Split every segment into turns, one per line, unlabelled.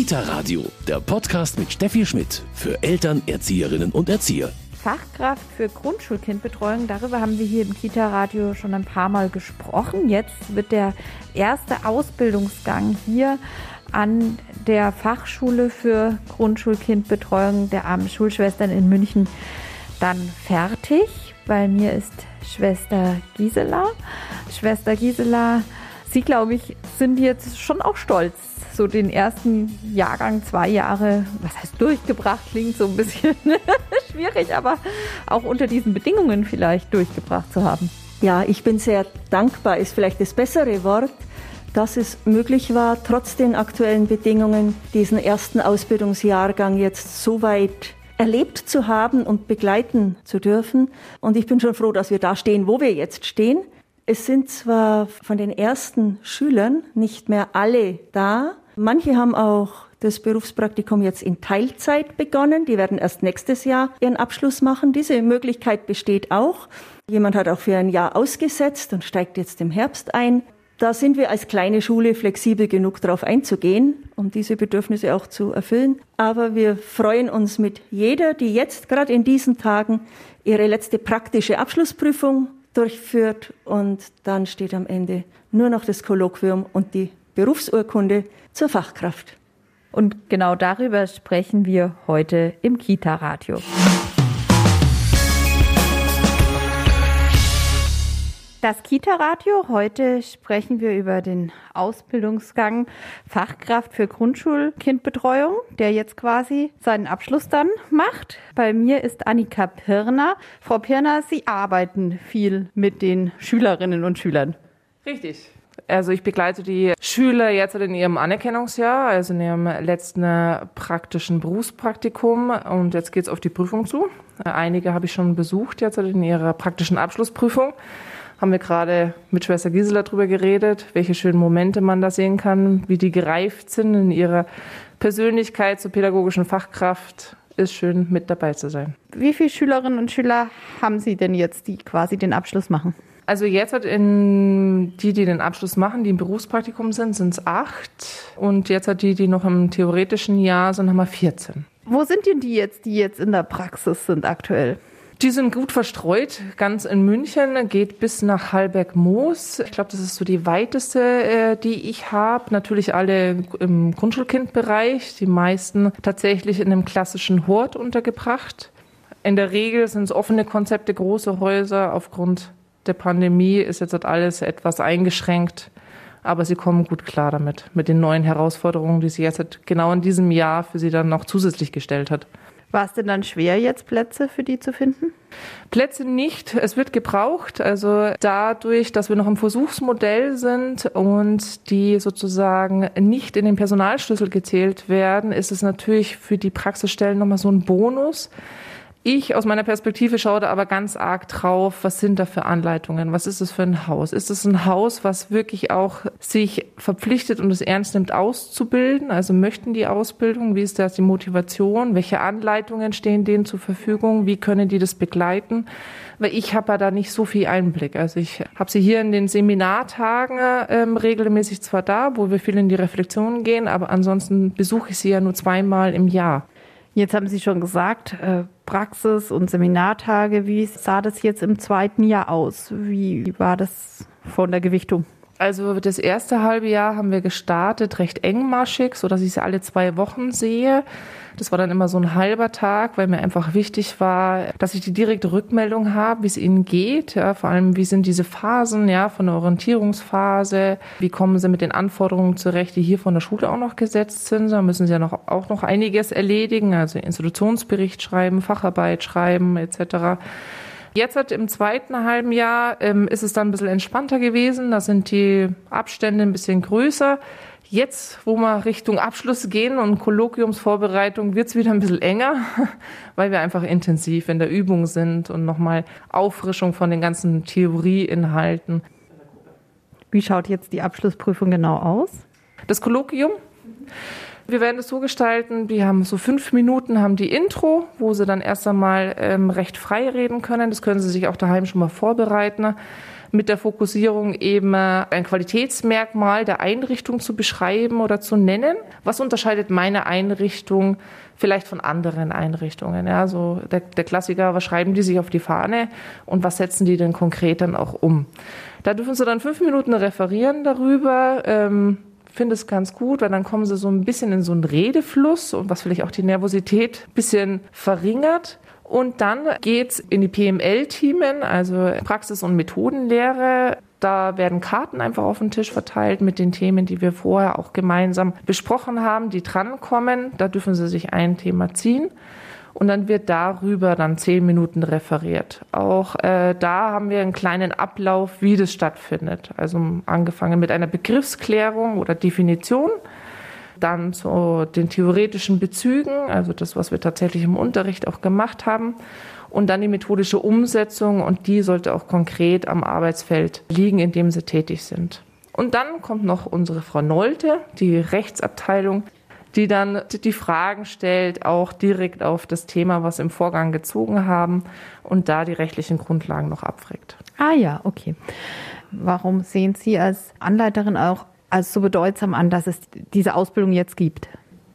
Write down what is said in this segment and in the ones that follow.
Kita-Radio, der Podcast mit Steffi Schmidt für Eltern, Erzieherinnen und Erzieher.
Fachkraft für Grundschulkindbetreuung, darüber haben wir hier im Kita-Radio schon ein paar Mal gesprochen. Jetzt wird der erste Ausbildungsgang hier an der Fachschule für Grundschulkindbetreuung der Armen Schulschwestern in München dann fertig. Bei mir ist Schwester Gisela. Schwester Gisela, Sie, glaube ich, sind jetzt schon auch stolz, so den ersten Jahrgang 2 Jahre, was heißt durchgebracht, klingt so ein bisschen schwierig, aber auch unter diesen Bedingungen vielleicht durchgebracht zu haben.
Ja, ich bin sehr dankbar, ist vielleicht das bessere Wort, dass es möglich war, trotz den aktuellen Bedingungen diesen ersten Ausbildungsjahrgang jetzt so weit erlebt zu haben und begleiten zu dürfen. Und ich bin schon froh, dass wir da stehen, wo wir jetzt stehen. Es sind zwar von den ersten Schülern nicht mehr alle da. Manche haben auch das Berufspraktikum jetzt in Teilzeit begonnen. Die werden erst nächstes Jahr ihren Abschluss machen. Diese Möglichkeit besteht auch. Jemand hat auch für ein Jahr ausgesetzt und steigt jetzt im Herbst ein. Da sind wir als kleine Schule flexibel genug, darauf einzugehen, um diese Bedürfnisse auch zu erfüllen. Aber wir freuen uns mit jeder, die jetzt gerade in diesen Tagen ihre letzte praktische Abschlussprüfung durchführt. Und dann steht am Ende nur noch das Kolloquium und die Berufsurkunde zur Fachkraft.
Und genau darüber sprechen wir heute im Kita-Radio. Das Kita-Radio, heute sprechen wir über den Ausbildungsgang Fachkraft für Grundschulkindbetreuung, der jetzt quasi seinen Abschluss dann macht. Bei mir ist Annika Pirner. Frau Pirner, Sie arbeiten viel mit den Schülerinnen und Schülern.
Richtig. Also ich begleite die Schüler jetzt in ihrem Anerkennungsjahr, also in ihrem letzten praktischen Berufspraktikum, und jetzt geht's auf die Prüfung zu. Einige habe ich schon besucht jetzt in ihrer praktischen Abschlussprüfung. Haben wir gerade mit Schwester Gisela drüber geredet, welche schönen Momente man da sehen kann, wie die gereift sind in ihrer Persönlichkeit zur pädagogischen Fachkraft. Ist schön, mit dabei zu sein.
Wie viele Schülerinnen und Schüler haben Sie denn jetzt, die quasi den Abschluss machen?
Also jetzt die den Abschluss machen, die im Berufspraktikum sind es 8. Und jetzt die noch im theoretischen Jahr sind, haben wir 14.
Wo sind denn die jetzt in der Praxis sind aktuell?
Die sind gut verstreut, ganz in München, geht bis nach Hallberg-Moos. Ich glaube, das ist so die weiteste, die ich habe. Natürlich alle im Grundschulkindbereich, die meisten tatsächlich in einem klassischen Hort untergebracht. In der Regel sind es offene Konzepte, große Häuser. Aufgrund der Pandemie ist jetzt alles etwas eingeschränkt, aber sie kommen gut klar damit, mit den neuen Herausforderungen, die sie jetzt genau in diesem Jahr für sie dann noch zusätzlich gestellt hat.
War es denn dann schwer, jetzt Plätze für die zu finden?
Plätze nicht. Es wird gebraucht. Also dadurch, dass wir noch im Versuchsmodell sind und die sozusagen nicht in den Personalschlüssel gezählt werden, ist es natürlich für die Praxisstellen nochmal so ein Bonus. Ich aus meiner Perspektive schaue da aber ganz arg drauf, was sind da für Anleitungen, was ist das für ein Haus? Ist es ein Haus, was wirklich auch sich verpflichtet und es ernst nimmt, auszubilden? Also möchten die Ausbildung, wie ist das die Motivation, welche Anleitungen stehen denen zur Verfügung, wie können die das begleiten? Weil ich habe ja da nicht so viel Einblick. Also ich habe sie hier in den Seminartagen regelmäßig zwar da, wo wir viel in die Reflexion gehen, aber ansonsten besuche ich sie ja nur 2-mal im Jahr.
Jetzt haben Sie schon gesagt, Praxis- und Seminartage. Wie sah das jetzt im 2. Jahr aus? Wie war das von der Gewichtung?
Also das erste halbe Jahr haben wir gestartet, recht engmaschig, sodass ich sie alle 2 Wochen sehe. Das war dann immer so ein halber Tag, weil mir einfach wichtig war, dass ich die direkte Rückmeldung habe, wie es ihnen geht. Ja, vor allem, wie sind diese Phasen, ja, von der Orientierungsphase, wie kommen sie mit den Anforderungen zurecht, die hier von der Schule auch noch gesetzt sind. Da müssen sie ja auch noch einiges erledigen, also Institutionsbericht schreiben, Facharbeit schreiben etc. Jetzt im 2. halben Jahr ist es dann ein bisschen entspannter gewesen. Da sind die Abstände ein bisschen größer. Jetzt, wo wir Richtung Abschluss gehen und Kolloquiumsvorbereitung, wird es wieder ein bisschen enger, weil wir einfach intensiv in der Übung sind und nochmal Auffrischung von den ganzen Theorieinhalten.
Wie schaut jetzt die Abschlussprüfung genau aus?
Das Kolloquium. Wir werden es so gestalten, wir haben so 5 Minuten, haben die Intro, wo sie dann erst einmal recht frei reden können. Das können sie sich auch daheim schon mal vorbereiten. mit der Fokussierung eben ein Qualitätsmerkmal der Einrichtung zu beschreiben oder zu nennen. Was unterscheidet meine Einrichtung vielleicht von anderen Einrichtungen? Ja, so der Klassiker, was schreiben die sich auf die Fahne und was setzen die denn konkret dann auch um? Da dürfen sie dann 5 Minuten referieren darüber. Finde es ganz gut, weil dann kommen sie so ein bisschen in so einen Redefluss und was vielleicht auch die Nervosität ein bisschen verringert. Und dann geht's in die PML-Themen, also Praxis- und Methodenlehre. Da werden Karten einfach auf den Tisch verteilt mit den Themen, die wir vorher auch gemeinsam besprochen haben, die drankommen. Da dürfen sie sich ein Thema ziehen. Und dann wird darüber dann 10 Minuten referiert. Auch da haben wir einen kleinen Ablauf, wie das stattfindet. Also angefangen mit einer Begriffsklärung oder Definition, dann zu den theoretischen Bezügen, also das, was wir tatsächlich im Unterricht auch gemacht haben, und dann die methodische Umsetzung, und die sollte auch konkret am Arbeitsfeld liegen, in dem sie tätig sind. Und dann kommt noch unsere Frau Nolte, die Rechtsabteilung, die dann die Fragen stellt, auch direkt auf das Thema, was im Vorgang gezogen haben, und da die rechtlichen Grundlagen noch abfragt.
Ah ja, okay. Warum sehen Sie als Anleiterin auch als so bedeutsam an, dass es diese Ausbildung jetzt gibt?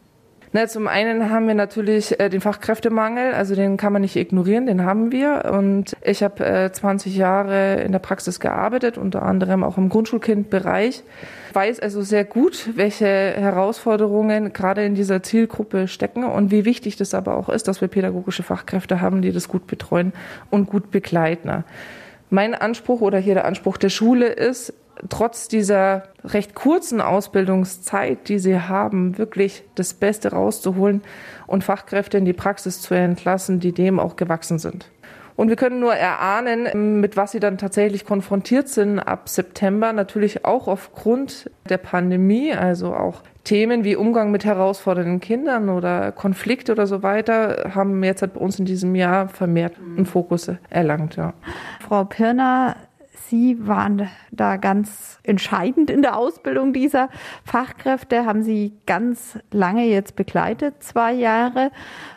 Na, zum einen haben wir natürlich den Fachkräftemangel, also den kann man nicht ignorieren, den haben wir. Und ich habe 20 Jahre in der Praxis gearbeitet, unter anderem auch im Grundschulkindbereich. Weiß also sehr gut, welche Herausforderungen gerade in dieser Zielgruppe stecken und wie wichtig das aber auch ist, dass wir pädagogische Fachkräfte haben, die das gut betreuen und gut begleiten. Mein Anspruch oder hier der Anspruch der Schule ist, trotz dieser recht kurzen Ausbildungszeit, die sie haben, wirklich das Beste rauszuholen und Fachkräfte in die Praxis zu entlassen, die dem auch gewachsen sind. Und wir können nur erahnen, mit was sie dann tatsächlich konfrontiert sind ab September, natürlich auch aufgrund der Pandemie, also auch Themen wie Umgang mit herausfordernden Kindern oder Konflikte oder so weiter, haben jetzt bei uns in diesem Jahr vermehrt einen Fokus erlangt. Ja.
Frau Pirner, Sie waren da ganz entscheidend in der Ausbildung dieser Fachkräfte, haben Sie ganz lange jetzt begleitet, 2 Jahre.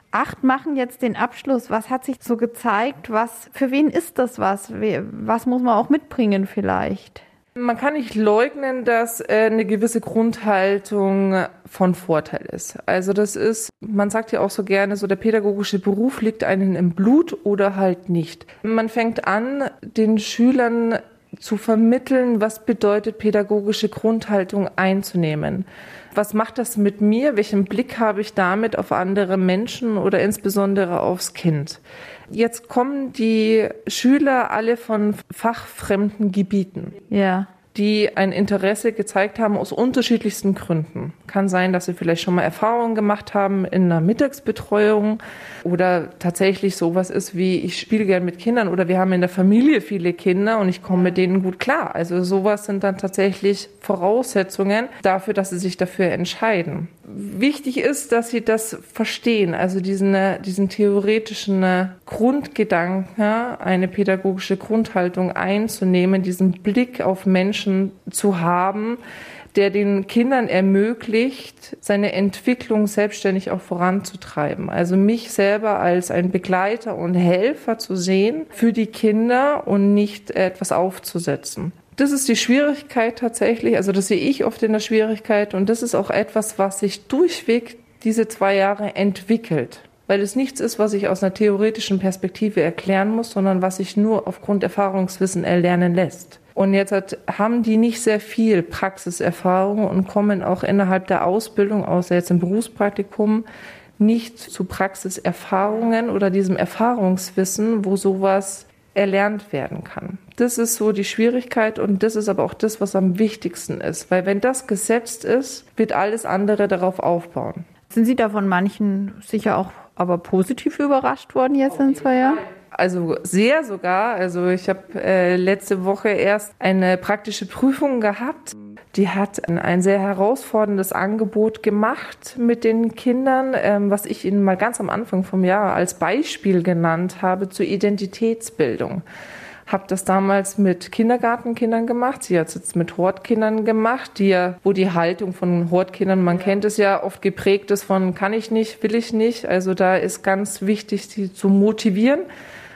8 machen jetzt den Abschluss. Was hat sich so gezeigt? Für wen ist das was? Was muss man auch mitbringen vielleicht?
Man kann nicht leugnen, dass eine gewisse Grundhaltung von Vorteil ist. Also das ist, man sagt ja auch so gerne, so der pädagogische Beruf liegt einem im Blut oder halt nicht. Man fängt an, den Schülern zu vermitteln, was bedeutet pädagogische Grundhaltung einzunehmen. Was macht das mit mir? Welchen Blick habe ich damit auf andere Menschen oder insbesondere aufs Kind? Jetzt kommen die Schüler alle von fachfremden Gebieten.
Ja.
Die ein Interesse gezeigt haben aus unterschiedlichsten Gründen. Kann sein, dass sie vielleicht schon mal Erfahrungen gemacht haben in einer Mittagsbetreuung oder tatsächlich sowas ist wie, ich spiele gern mit Kindern oder wir haben in der Familie viele Kinder und ich komme mit denen gut klar. Also sowas sind dann tatsächlich Voraussetzungen dafür, dass sie sich dafür entscheiden. Wichtig ist, dass sie das verstehen, also diesen theoretischen Grundgedanken, eine pädagogische Grundhaltung einzunehmen, diesen Blick auf Menschen zu haben, der den Kindern ermöglicht, seine Entwicklung selbstständig auch voranzutreiben. Also mich selber als ein Begleiter und Helfer zu sehen für die Kinder und nicht etwas aufzusetzen. Das ist die Schwierigkeit tatsächlich, also das sehe ich oft in der Schwierigkeit und das ist auch etwas, was sich durchweg diese 2 Jahre entwickelt. Weil es nichts ist, was ich aus einer theoretischen Perspektive erklären muss, sondern was sich nur aufgrund Erfahrungswissen erlernen lässt. Und jetzt haben die nicht sehr viel Praxiserfahrung und kommen auch innerhalb der Ausbildung, außer jetzt im Berufspraktikum, nicht zu Praxiserfahrungen oder diesem Erfahrungswissen, wo sowas erlernt werden kann. Das ist so die Schwierigkeit und das ist aber auch das, was am wichtigsten ist. Weil wenn das gesetzt ist, wird alles andere darauf aufbauen.
Sind Sie da von manchen sicher auch aber positiv überrascht worden jetzt in 2 Jahren?
Also sehr sogar. Also ich habe letzte Woche erst eine praktische Prüfung gehabt. Die hat ein sehr herausforderndes Angebot gemacht mit den Kindern, was ich Ihnen mal ganz am Anfang vom Jahr als Beispiel genannt habe zur Identitätsbildung. Habe das damals mit Kindergartenkindern gemacht. Sie hat es jetzt mit Hortkindern gemacht, wo die Haltung von Hortkindern, man kennt es ja, oft geprägt ist von kann ich nicht, will ich nicht. Also da ist ganz wichtig, sie zu motivieren.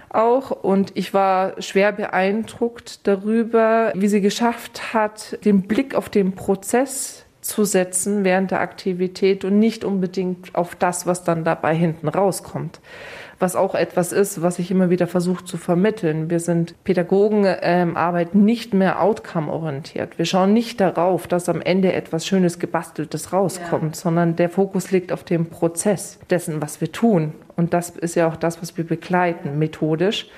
auch. Und ich war schwer beeindruckt darüber, wie sie geschafft hat, den Blick auf den Prozess zu setzen während der Aktivität und nicht unbedingt auf das, was dann dabei hinten rauskommt. Was auch etwas ist, was ich immer wieder versuche zu vermitteln. Wir sind Pädagogen, arbeiten nicht mehr outcome-orientiert. Wir schauen nicht darauf, dass am Ende etwas Schönes, Gebasteltes rauskommt, sondern der Fokus liegt auf dem Prozess dessen, was wir tun. Und das ist ja auch das, was wir begleiten, methodisch.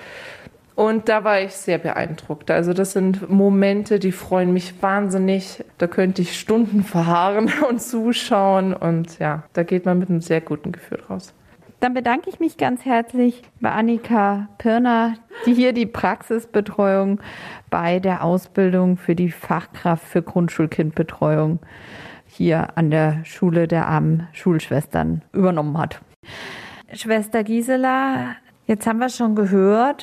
Und da war ich sehr beeindruckt. Also das sind Momente, die freuen mich wahnsinnig. Da könnte ich Stunden verharren und zuschauen. Und ja, da geht man mit einem sehr guten Gefühl raus.
Dann bedanke ich mich ganz herzlich bei Annika Pirner, die hier die Praxisbetreuung bei der Ausbildung für die Fachkraft für Grundschulkindbetreuung hier an der Schule der armen Schulschwestern übernommen hat. Schwester Gisela, jetzt haben wir schon gehört,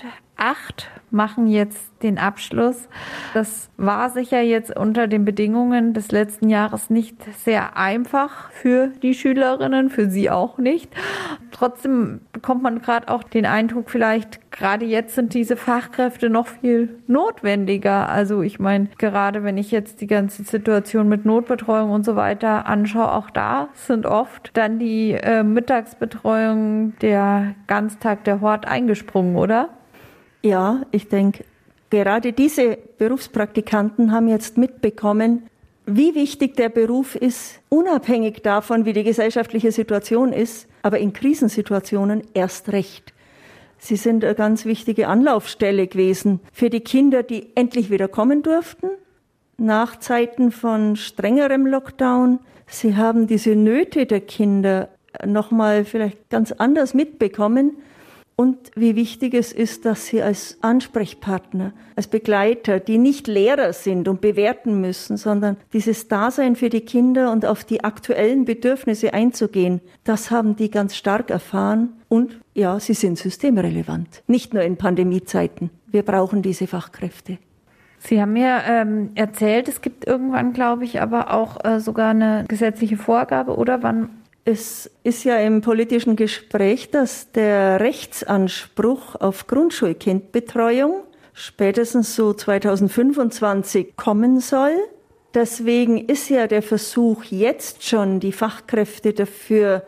8 machen jetzt den Abschluss. Das war sicher jetzt unter den Bedingungen des letzten Jahres nicht sehr einfach für die Schülerinnen, für sie auch nicht. Trotzdem bekommt man gerade auch den Eindruck, vielleicht gerade jetzt sind diese Fachkräfte noch viel notwendiger. Also ich meine, gerade wenn ich jetzt die ganze Situation mit Notbetreuung und so weiter anschaue, auch da sind oft dann die Mittagsbetreuung, der Ganztag, der Hort eingesprungen, oder?
Ja, ich denke, gerade diese Berufspraktikanten haben jetzt mitbekommen, wie wichtig der Beruf ist, unabhängig davon, wie die gesellschaftliche Situation ist, aber in Krisensituationen erst recht. Sie sind eine ganz wichtige Anlaufstelle gewesen für die Kinder, die endlich wieder kommen durften, nach Zeiten von strengerem Lockdown. Sie haben diese Nöte der Kinder nochmal vielleicht ganz anders mitbekommen. Und wie wichtig es ist, dass sie als Ansprechpartner, als Begleiter, die nicht Lehrer sind und bewerten müssen, sondern dieses Dasein für die Kinder und auf die aktuellen Bedürfnisse einzugehen, das haben die ganz stark erfahren. Und ja, sie sind systemrelevant, nicht nur in Pandemiezeiten. Wir brauchen diese Fachkräfte.
Sie haben mir erzählt, es gibt irgendwann, glaube ich, aber auch sogar eine gesetzliche Vorgabe, oder wann?
Es ist ja im politischen Gespräch, dass der Rechtsanspruch auf Grundschulkindbetreuung spätestens so 2025 kommen soll. Deswegen ist ja der Versuch, jetzt schon die Fachkräfte dafür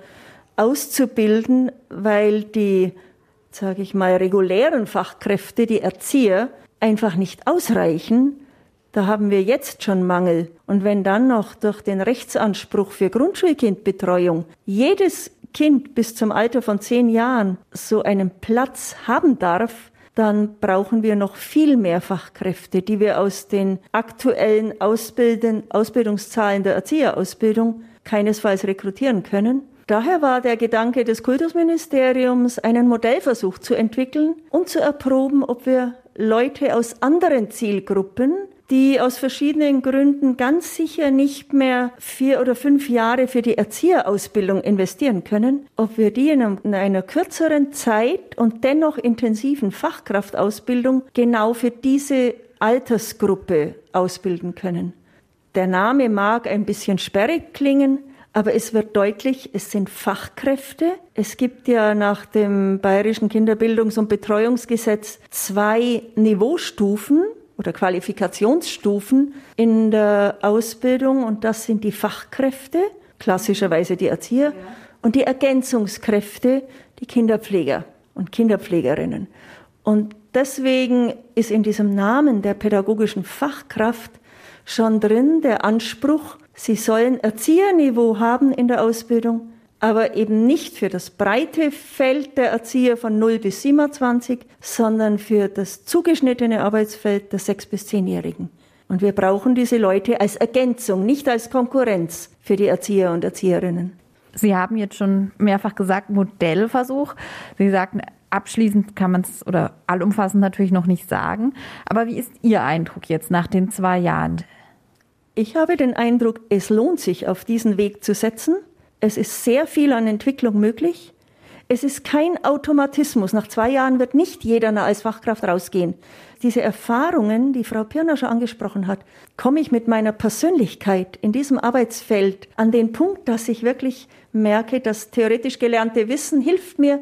auszubilden, weil die, sage ich mal, regulären Fachkräfte, die Erzieher, einfach nicht ausreichen. Da haben wir jetzt schon Mangel. Und wenn dann noch durch den Rechtsanspruch für Grundschulkindbetreuung jedes Kind bis zum Alter von 10 Jahren so einen Platz haben darf, dann brauchen wir noch viel mehr Fachkräfte, die wir aus den aktuellen Ausbildungszahlen der Erzieherausbildung keinesfalls rekrutieren können. Daher war der Gedanke des Kultusministeriums, einen Modellversuch zu entwickeln und zu erproben, ob wir Leute aus anderen Zielgruppen, die aus verschiedenen Gründen ganz sicher nicht mehr 4 oder 5 Jahre für die Erzieherausbildung investieren können, ob wir die in einer kürzeren Zeit und dennoch intensiven Fachkraftausbildung genau für diese Altersgruppe ausbilden können. Der Name mag ein bisschen sperrig klingen, aber es wird deutlich, es sind Fachkräfte. Es gibt ja nach dem Bayerischen Kinderbildungs- und Betreuungsgesetz 2 Niveaustufen oder Qualifikationsstufen in der Ausbildung, und das sind die Fachkräfte, klassischerweise die Erzieher, und die Ergänzungskräfte, die Kinderpfleger und Kinderpflegerinnen. Und deswegen ist in diesem Namen der pädagogischen Fachkraft schon drin der Anspruch, sie sollen Erzieherniveau haben in der Ausbildung, aber eben nicht für das breite Feld der Erzieher von 0 bis 27, sondern für das zugeschnittene Arbeitsfeld der 6- bis 10-Jährigen. Und wir brauchen diese Leute als Ergänzung, nicht als Konkurrenz für die Erzieher und Erzieherinnen.
Sie haben jetzt schon mehrfach gesagt, Modellversuch. Sie sagten, abschließend kann man es oder allumfassend natürlich noch nicht sagen. Aber wie ist Ihr Eindruck jetzt nach den 2 Jahren?
Ich habe den Eindruck, es lohnt sich, auf diesen Weg zu setzen. Es ist sehr viel an Entwicklung möglich. Es ist kein Automatismus. Nach 2 Jahren wird nicht jeder als Fachkraft rausgehen. Diese Erfahrungen, die Frau Pirner schon angesprochen hat, komme ich mit meiner Persönlichkeit in diesem Arbeitsfeld an den Punkt, dass ich wirklich merke, das theoretisch gelernte Wissen hilft mir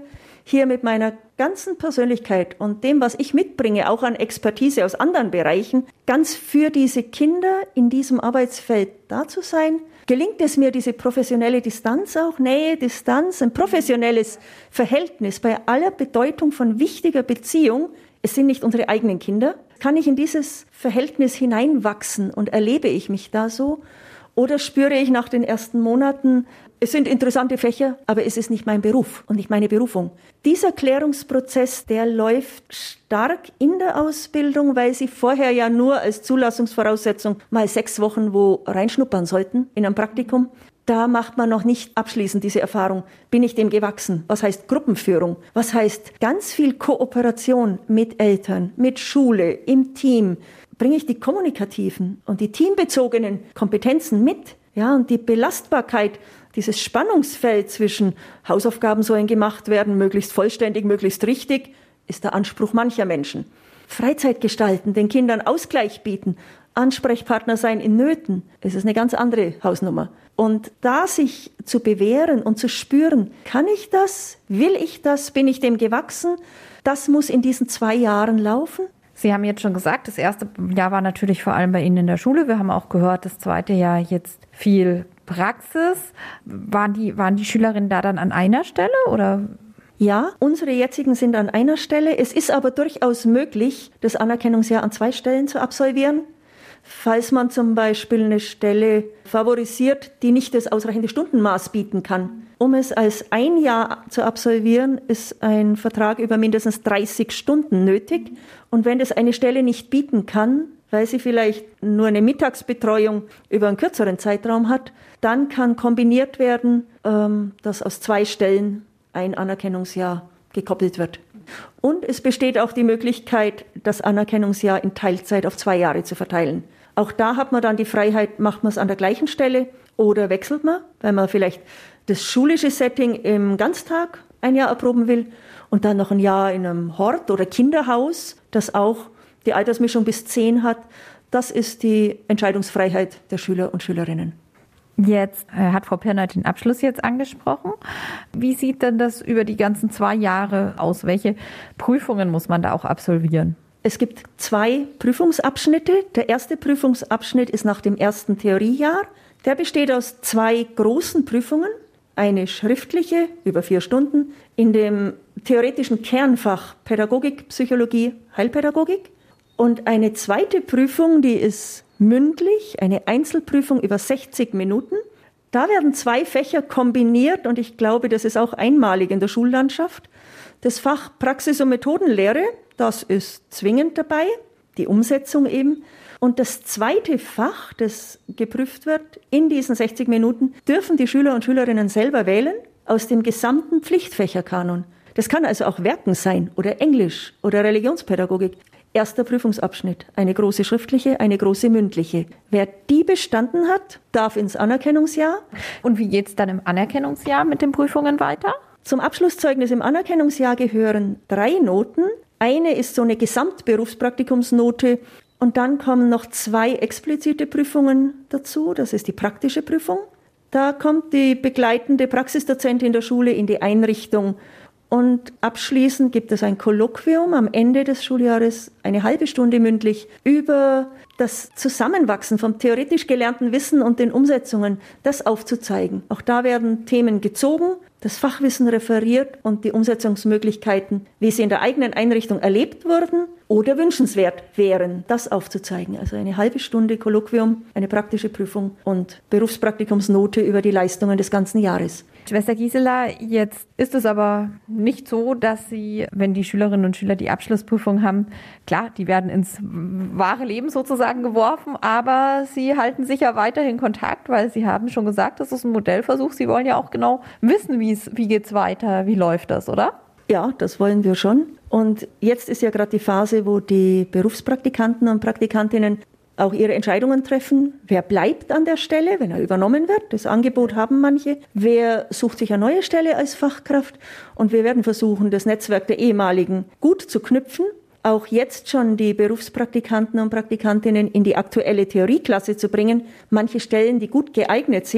hier mit meiner ganzen Persönlichkeit und dem, was ich mitbringe, auch an Expertise aus anderen Bereichen, ganz für diese Kinder in diesem Arbeitsfeld da zu sein? Gelingt es mir, diese professionelle Distanz auch, Nähe, Distanz, ein professionelles Verhältnis bei aller Bedeutung von wichtiger Beziehung? Es sind nicht unsere eigenen Kinder. Kann ich in dieses Verhältnis hineinwachsen und erlebe ich mich da so? Oder spüre ich nach den ersten Monaten, es sind interessante Fächer, aber es ist nicht mein Beruf und nicht meine Berufung. Dieser Klärungsprozess, der läuft stark in der Ausbildung, weil Sie vorher ja nur als Zulassungsvoraussetzung mal 6 Wochen wo reinschnuppern sollten in einem Praktikum. Da macht man noch nicht abschließend diese Erfahrung. Bin ich dem gewachsen? Was heißt Gruppenführung? Was heißt ganz viel Kooperation mit Eltern, mit Schule, im Team? Bringe ich die kommunikativen und die teambezogenen Kompetenzen mit? Ja, und die Belastbarkeit, dieses Spannungsfeld zwischen Hausaufgaben sollen gemacht werden, möglichst vollständig, möglichst richtig, ist der Anspruch mancher Menschen. Freizeit gestalten, den Kindern Ausgleich bieten, Ansprechpartner sein in Nöten, es ist eine ganz andere Hausnummer. Und da sich zu bewähren und zu spüren, kann ich das, will ich das, bin ich dem gewachsen, das muss in diesen 2 Jahren laufen.
Sie haben jetzt schon gesagt, das erste Jahr war natürlich vor allem bei Ihnen in der Schule. Wir haben auch gehört, das zweite Jahr jetzt viel Praxis. Waren die Schülerinnen da dann an einer Stelle oder?
Ja, unsere jetzigen sind an einer Stelle. Es ist aber durchaus möglich, das Anerkennungsjahr an 2 Stellen zu absolvieren. Falls man zum Beispiel eine Stelle favorisiert, die nicht das ausreichende Stundenmaß bieten kann. Um es als 1 Jahr zu absolvieren, ist ein Vertrag über mindestens 30 Stunden nötig. Und wenn das eine Stelle nicht bieten kann, weil sie vielleicht nur eine Mittagsbetreuung über einen kürzeren Zeitraum hat, dann kann kombiniert werden, dass aus 2 Stellen ein Anerkennungsjahr gekoppelt wird. Und es besteht auch die Möglichkeit, das Anerkennungsjahr in Teilzeit auf 2 Jahre zu verteilen. Auch da hat man dann die Freiheit, macht man es an der gleichen Stelle oder wechselt man, weil man vielleicht das schulische Setting im Ganztag 1 Jahr erproben will und dann noch 1 Jahr in einem Hort oder Kinderhaus, das auch die Altersmischung bis 10 hat. Das ist die Entscheidungsfreiheit der Schüler und Schülerinnen.
Jetzt hat Frau Pirner den Abschluss jetzt angesprochen. Wie sieht denn das über die ganzen 2 Jahre aus? Welche Prüfungen muss man da auch absolvieren?
Es gibt 2 Prüfungsabschnitte. Der erste Prüfungsabschnitt ist nach dem ersten Theoriejahr. Der besteht aus 2 großen Prüfungen. Eine schriftliche über 4 Stunden in dem theoretischen Kernfach Pädagogik, Psychologie, Heilpädagogik. Und eine zweite Prüfung, die ist mündlich, eine Einzelprüfung über 60 Minuten. Da werden 2 Fächer kombiniert und ich glaube, das ist auch einmalig in der Schullandschaft. Das Fach Praxis- und Methodenlehre, das ist zwingend dabei, die Umsetzung eben. Und das zweite Fach, das geprüft wird, in diesen 60 Minuten, dürfen die Schüler und Schülerinnen selber wählen aus dem gesamten Pflichtfächerkanon. Das kann also auch Werken sein oder Englisch oder Religionspädagogik. Erster Prüfungsabschnitt, eine große schriftliche, eine große mündliche. Wer die bestanden hat, darf ins Anerkennungsjahr.
Und wie geht es dann im Anerkennungsjahr mit den Prüfungen weiter?
Zum Abschlusszeugnis im Anerkennungsjahr gehören 3 Noten. Eine ist so eine Gesamtberufspraktikumsnote und dann kommen noch 2 explizite Prüfungen dazu. Das ist die praktische Prüfung. Da kommt die begleitende Praxisdozentin der Schule in die Einrichtung. Und abschließend gibt es ein Kolloquium am Ende des Schuljahres, eine halbe Stunde mündlich, über das Zusammenwachsen vom theoretisch gelernten Wissen und den Umsetzungen, das aufzuzeigen. Auch da werden Themen gezogen, das Fachwissen referiert und die Umsetzungsmöglichkeiten, wie sie in der eigenen Einrichtung erlebt wurden oder wünschenswert wären, das aufzuzeigen. Also eine halbe Stunde Kolloquium, eine praktische Prüfung und Berufspraktikumsnote über die Leistungen des ganzen Jahres.
Schwester Gisela, jetzt ist es aber nicht so, dass Sie, wenn die Schülerinnen und Schüler die Abschlussprüfung haben, klar, die werden ins wahre Leben sozusagen geworfen, aber Sie halten sicher weiterhin Kontakt, weil Sie haben schon gesagt, das ist ein Modellversuch. Sie wollen ja auch genau wissen, wie geht's weiter, wie läuft das, oder?
Ja, das wollen wir schon. Und jetzt ist ja gerade die Phase, wo die Berufspraktikanten und Praktikantinnen auch ihre Entscheidungen treffen. Wer bleibt an der Stelle, wenn er übernommen wird? Das Angebot haben manche. Wer sucht sich eine neue Stelle als Fachkraft? Und wir werden versuchen, das Netzwerk der ehemaligen gut zu knüpfen. Auch jetzt schon die Berufspraktikanten und Praktikantinnen in die aktuelle Theorieklasse zu bringen. Manche Stellen, die gut geeignet sind,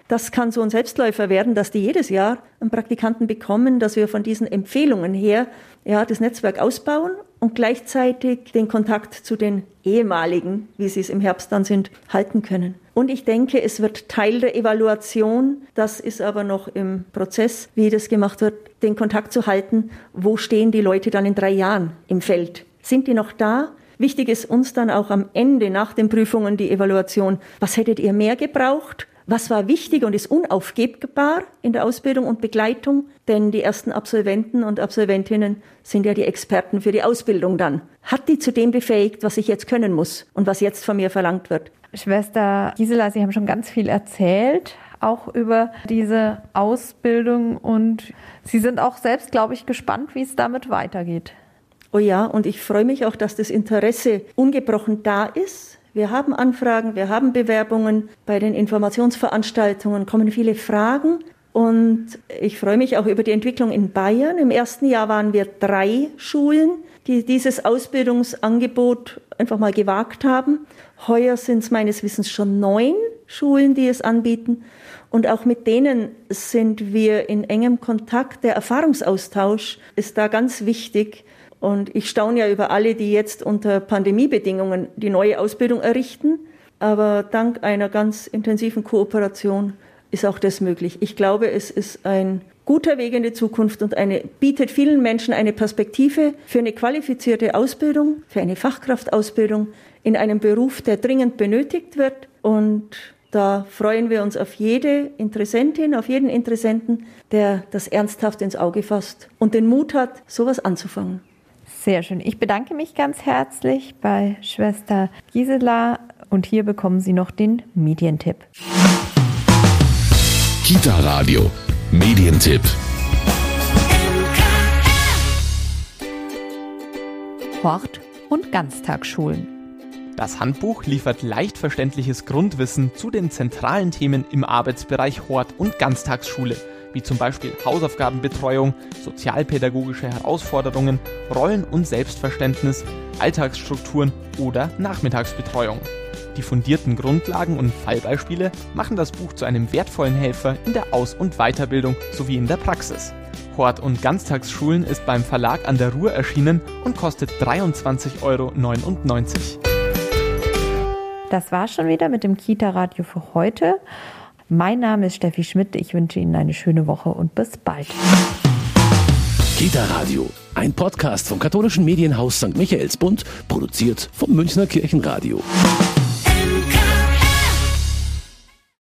Das kann so ein Selbstläufer werden, dass die jedes Jahr einen Praktikanten bekommen, dass wir von diesen Empfehlungen her das Netzwerk ausbauen und gleichzeitig den Kontakt zu den ehemaligen, wie sie es im Herbst dann sind, halten können. Und ich denke, es wird Teil der Evaluation, das ist aber noch im Prozess, wie das gemacht wird, den Kontakt zu halten, wo stehen die Leute dann in 3 Jahren im Feld? Sind die noch da? Wichtig ist uns dann auch am Ende, nach den Prüfungen, die Evaluation, was hättet ihr mehr gebraucht? Was war wichtig und ist unaufgebbar in der Ausbildung und Begleitung? Denn die ersten Absolventen und Absolventinnen sind ja die Experten für die Ausbildung dann. Hat die zu dem befähigt, was ich jetzt können muss und was jetzt von mir verlangt wird?
Schwester Gisela, Sie haben schon ganz viel erzählt, auch über diese Ausbildung. Und Sie sind auch selbst, glaube ich, gespannt, wie es damit weitergeht.
Oh ja, und ich freue mich auch, dass das Interesse ungebrochen da ist. Wir haben Anfragen, wir haben Bewerbungen. Bei den Informationsveranstaltungen kommen viele Fragen. Und ich freue mich auch über die Entwicklung in Bayern. Im ersten Jahr waren wir 3 Schulen, die dieses Ausbildungsangebot einfach mal gewagt haben. Heuer sind es meines Wissens schon 9 Schulen, die es anbieten. Und auch mit denen sind wir in engem Kontakt. Der Erfahrungsaustausch ist da ganz wichtig. Und ich staune ja über alle, die jetzt unter Pandemiebedingungen die neue Ausbildung errichten. Aber dank einer ganz intensiven Kooperation ist auch das möglich. Ich glaube, es ist ein guter Weg in die Zukunft und bietet vielen Menschen eine Perspektive für eine qualifizierte Ausbildung, für eine Fachkraftausbildung in einem Beruf, der dringend benötigt wird. Und da freuen wir uns auf jede Interessentin, auf jeden Interessenten, der das ernsthaft ins Auge fasst und den Mut hat, sowas anzufangen.
Sehr schön. Ich bedanke mich ganz herzlich bei Schwester Gisela und hier bekommen Sie noch den Medientipp.
Kita Radio, Medientipp.
Hort- und Ganztagsschulen.
Das Handbuch liefert leicht verständliches Grundwissen zu den zentralen Themen im Arbeitsbereich Hort- und Ganztagsschule, wie zum Beispiel Hausaufgabenbetreuung, sozialpädagogische Herausforderungen, Rollen- und Selbstverständnis, Alltagsstrukturen oder Nachmittagsbetreuung. Die fundierten Grundlagen und Fallbeispiele machen das Buch zu einem wertvollen Helfer in der Aus- und Weiterbildung sowie in der Praxis. Hort- und Ganztagsschulen ist beim Verlag an der Ruhr erschienen und kostet 23,99 €.
Das war schon wieder mit dem Kita-Radio für heute. Mein Name ist Steffi Schmidt. Ich wünsche Ihnen eine schöne Woche und bis bald.
Kita Radio, ein Podcast vom katholischen Medienhaus St. Michaelsbund, produziert vom Münchner Kirchenradio.